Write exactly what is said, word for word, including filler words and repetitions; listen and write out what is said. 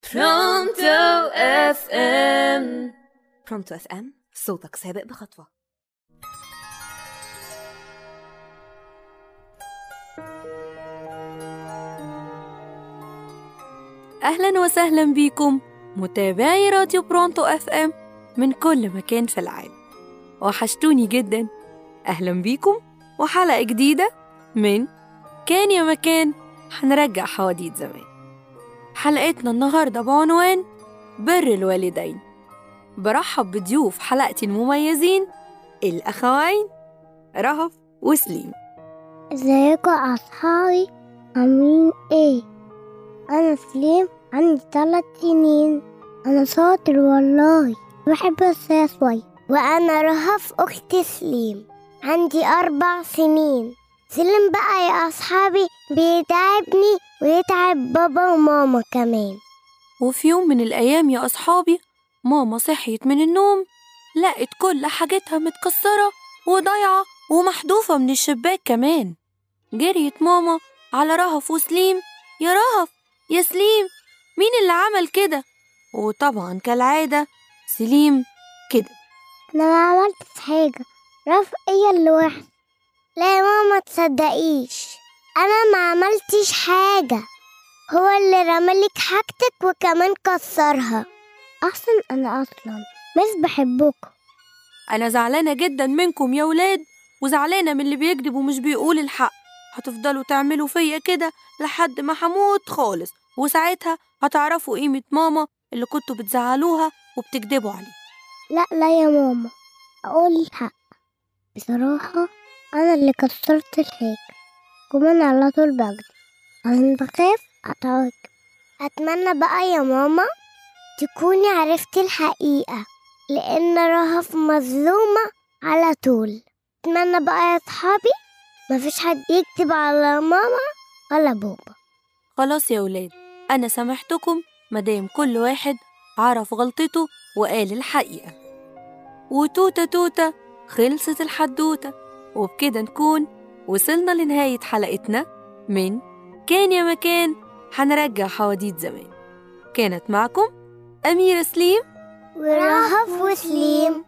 برونتو اف ام. برونتو اف ام، صوتك سابق بخطوة. أهلا وسهلا بكم متابعي راديو برونتو اف ام من كل مكان في العالم. وحشتوني جدا. أهلا بكم وحلقة جديدة من كان يا مكان هنرجع حواديت زمان. حلقتنا النهاردة بعنوان بر الوالدين. برحب بضيوف حلقتي المميزين الأخوين رهف وسليم. ازيكم يا أصحابي، عاملين ايه؟ أنا سليم، عندي ثلاث سنين. أنا شاطر والله، بحب السياسة شوية. وأنا رهف أختي سليم، عندي أربع سنين. سليم بقى يا أصحابي بيتعبني ويتعب بابا وماما كمان. وفي يوم من الأيام يا أصحابي، ماما صحيت من النوم، لقت كل حاجتها متكسرة وضايعة ومحذوفة من الشباك كمان. جريت ماما على رهف وسليم، يا رهف يا سليم، مين اللي عمل كده؟ وطبعا كالعادة سليم كده: أنا ما عملتش حاجة، رهف هي اللي وحش. لا يا ماما تصدقيش، أنا ما عملتش حاجة، هو اللي رملك حاجتك وكمان كسرها. أحسن أنا أصلا مش بحبكم. أنا زعلانة جدا منكم يا ولاد، وزعلانة من اللي بيكذب ومش بيقول الحق. هتفضلوا تعملوا فيا كده لحد ما هموت خالص، وساعتها هتعرفوا قيمة ماما اللي كنتوا بتزعلوها وبتكذبوا عليه. لا لا يا ماما، أقول الحق. بصراحة أنا اللي كسرت الحاجة، كمان على طول بكذب عشان بخاف أتعاقب. أتمنى بقى يا ماما تكوني عرفتي الحقيقة، لأن رهف مظلومة على طول. أتمنى بقى يا صحابي مفيش حد يكتب على ماما ولا بابا. خلاص يا ولاد، أنا سامحتكم مدام كل واحد عرف غلطته وقال الحقيقة. وتوتة توتة خلصت الحدوتة. وبكده نكون وصلنا لنهاية حلقتنا من كان يا مكان هنرجع حواديت زمان. كانت معكم أميرة سليم ورهف وسليم.